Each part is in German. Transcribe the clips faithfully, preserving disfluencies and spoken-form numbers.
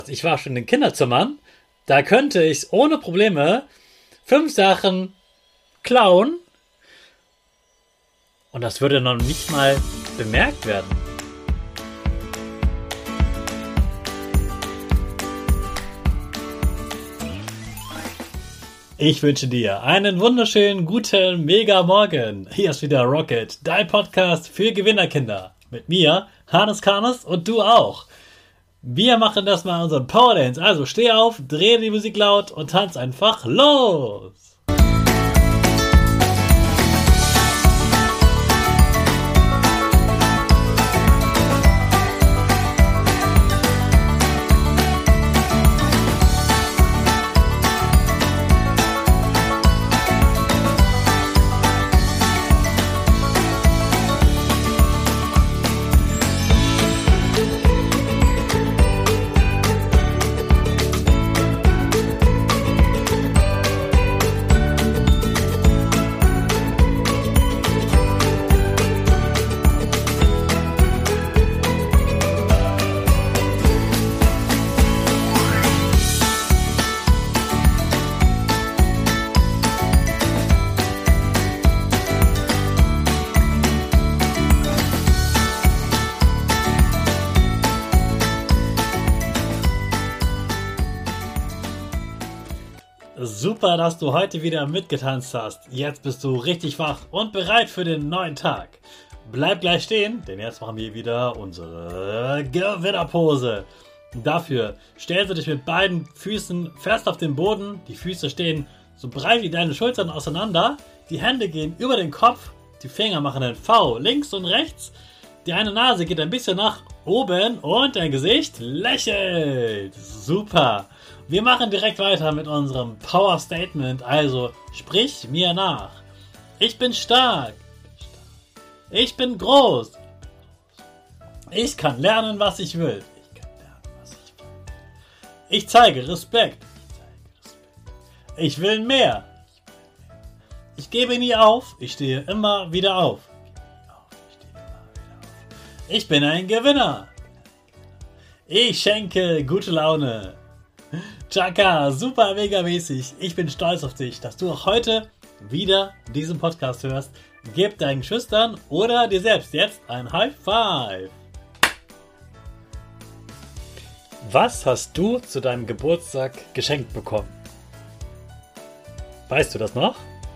Ich war schon in den Kinderzimmern, da könnte ich ohne Probleme fünf Sachen klauen und das würde noch nicht mal bemerkt werden. Ich wünsche dir einen wunderschönen, guten, mega Morgen. Hier ist wieder Rocket, dein Podcast für Gewinnerkinder. Mit mir, Hannes Karnes und du auch. Wir machen das mal unseren Power Dance. Also steh auf, dreh die Musik laut und tanz einfach los. Super, dass du heute wieder mitgetanzt hast. Jetzt bist du richtig wach und bereit für den neuen Tag. Bleib gleich stehen, denn jetzt machen wir wieder unsere Gewinnerpose. Dafür stellst du dich mit beiden Füßen fest auf den Boden. Die Füße stehen so breit wie deine Schultern auseinander. Die Hände gehen über den Kopf. Die Finger machen ein V links und rechts. Die eine Nase geht ein bisschen nach oben und dein Gesicht lächelt. Super. Wir machen direkt weiter mit unserem Power Statement. Also sprich mir nach. Ich bin stark. Ich bin groß. Ich kann lernen, was ich will. Ich kann lernen, was ich will. Ich zeige Respekt. Ich will mehr. Ich gebe nie auf. Ich stehe immer wieder auf. Ich bin ein Gewinner. Ich schenke gute Laune. Chaka, super mega mäßig. Ich bin stolz auf dich, dass du auch heute wieder diesen Podcast hörst. Gib deinen Geschwistern oder dir selbst jetzt ein High Five. Was hast du zu deinem Geburtstag geschenkt bekommen? Weißt du das noch?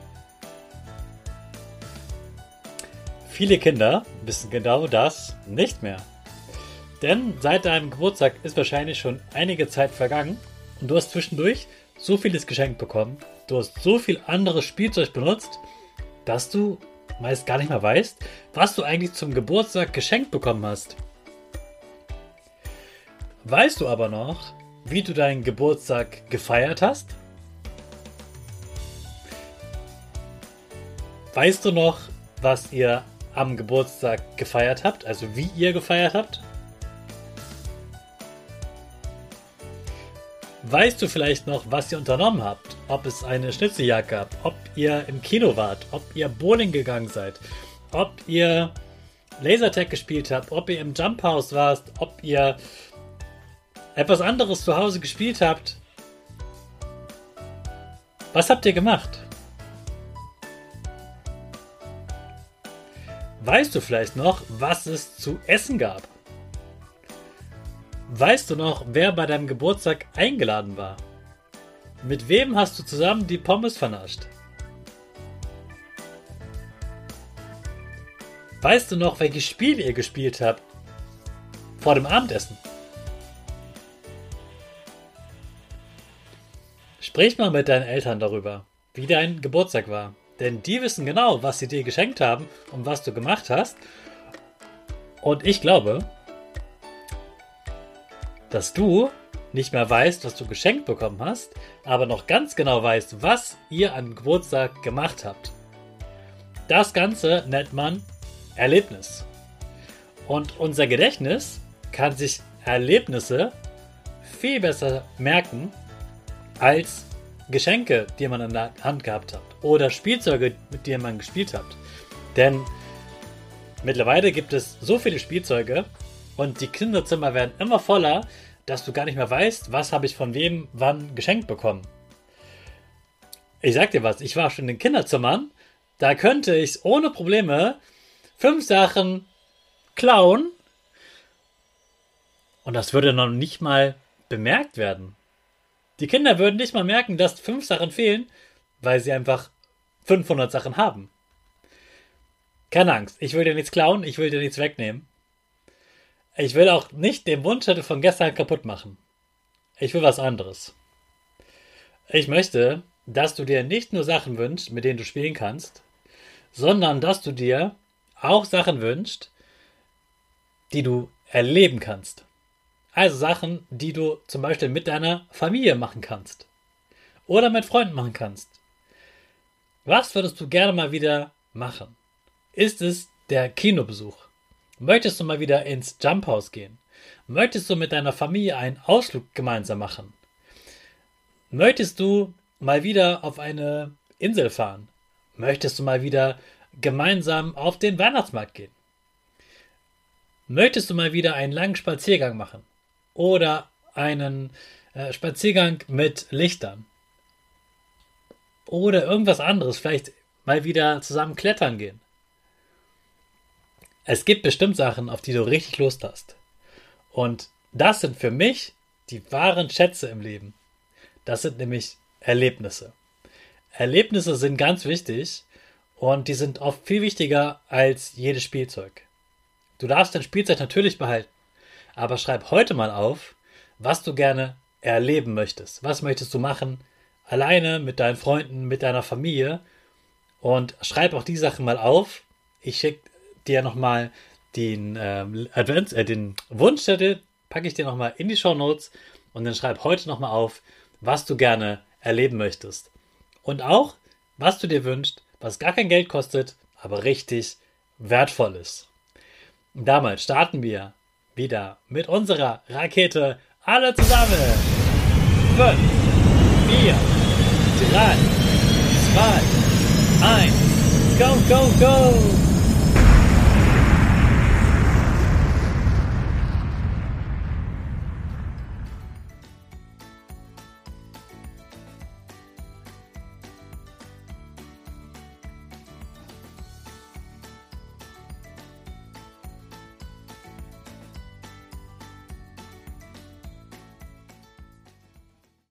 Viele Kinder wissen genau das nicht mehr. Denn seit deinem Geburtstag ist wahrscheinlich schon einige Zeit vergangen und du hast zwischendurch so vieles geschenkt bekommen, du hast so viel anderes Spielzeug benutzt, dass du meist gar nicht mehr weißt, was du eigentlich zum Geburtstag geschenkt bekommen hast. Weißt du aber noch, wie du deinen Geburtstag gefeiert hast? Weißt du noch, was ihr am Geburtstag gefeiert habt, also wie ihr gefeiert habt? Weißt du vielleicht noch, was ihr unternommen habt? Ob es eine Schnitzeljagd gab, ob ihr im Kino wart, ob ihr Bowling gegangen seid, ob ihr Lasertag gespielt habt, ob ihr im Jump House wart, ob ihr etwas anderes zu Hause gespielt habt. Was habt ihr gemacht? Weißt du vielleicht noch, was es zu essen gab? Weißt du noch, wer bei deinem Geburtstag eingeladen war? Mit wem hast du zusammen die Pommes vernascht? Weißt du noch, welches Spiel ihr gespielt habt vor dem Abendessen? Sprich mal mit deinen Eltern darüber, wie dein Geburtstag war. Denn die wissen genau, was sie dir geschenkt haben und was du gemacht hast. Und ich glaube, dass du nicht mehr weißt, was du geschenkt bekommen hast, aber noch ganz genau weißt, was ihr an Geburtstag gemacht habt. Das Ganze nennt man Erlebnis. Und unser Gedächtnis kann sich Erlebnisse viel besser merken als Geschenke, die man in der Hand gehabt hat oder Spielzeuge, mit denen man gespielt hat. Denn mittlerweile gibt es so viele Spielzeuge und die Kinderzimmer werden immer voller, dass du gar nicht mehr weißt, was habe ich von wem wann geschenkt bekommen. Ich sag dir was, ich war schon in den Kinderzimmern, da könnte ich ohne Probleme fünf Sachen klauen und das würde noch nicht mal bemerkt werden. Die Kinder würden nicht mal merken, dass fünf Sachen fehlen, weil sie einfach fünfhundert Sachen haben. Keine Angst, ich will dir nichts klauen, ich will dir nichts wegnehmen. Ich will auch nicht den Wunschzettel von gestern kaputt machen. Ich will was anderes. Ich möchte, dass du dir nicht nur Sachen wünschst, mit denen du spielen kannst, sondern dass du dir auch Sachen wünschst, die du erleben kannst. Also Sachen, die du zum Beispiel mit deiner Familie machen kannst. Oder mit Freunden machen kannst. Was würdest du gerne mal wieder machen? Ist es der Kinobesuch? Möchtest du mal wieder ins Jump House gehen? Möchtest du mit deiner Familie einen Ausflug gemeinsam machen? Möchtest du mal wieder auf eine Insel fahren? Möchtest du mal wieder gemeinsam auf den Weihnachtsmarkt gehen? Möchtest du mal wieder einen langen Spaziergang machen? Oder einen äh, Spaziergang mit Lichtern? Oder irgendwas anderes, vielleicht mal wieder zusammen klettern gehen? Es gibt bestimmt Sachen, auf die du richtig Lust hast. Und das sind für mich die wahren Schätze im Leben. Das sind nämlich Erlebnisse. Erlebnisse sind ganz wichtig und die sind oft viel wichtiger als jedes Spielzeug. Du darfst dein Spielzeug natürlich behalten, aber schreib heute mal auf, was du gerne erleben möchtest. Was möchtest du machen? Alleine, mit deinen Freunden, mit deiner Familie. Und schreib auch die Sachen mal auf. Ich schicke dir nochmal den, ähm, Advents, äh, den Wunschzettel, packe ich dir nochmal in die Shownotes und dann schreib heute nochmal auf, was du gerne erleben möchtest. Und auch, was du dir wünschst, was gar kein Geld kostet, aber richtig wertvoll ist. Und damit starten wir wieder mit unserer Rakete. Alle zusammen. fünf, vier, drei, zwei, eins. Go, go, go!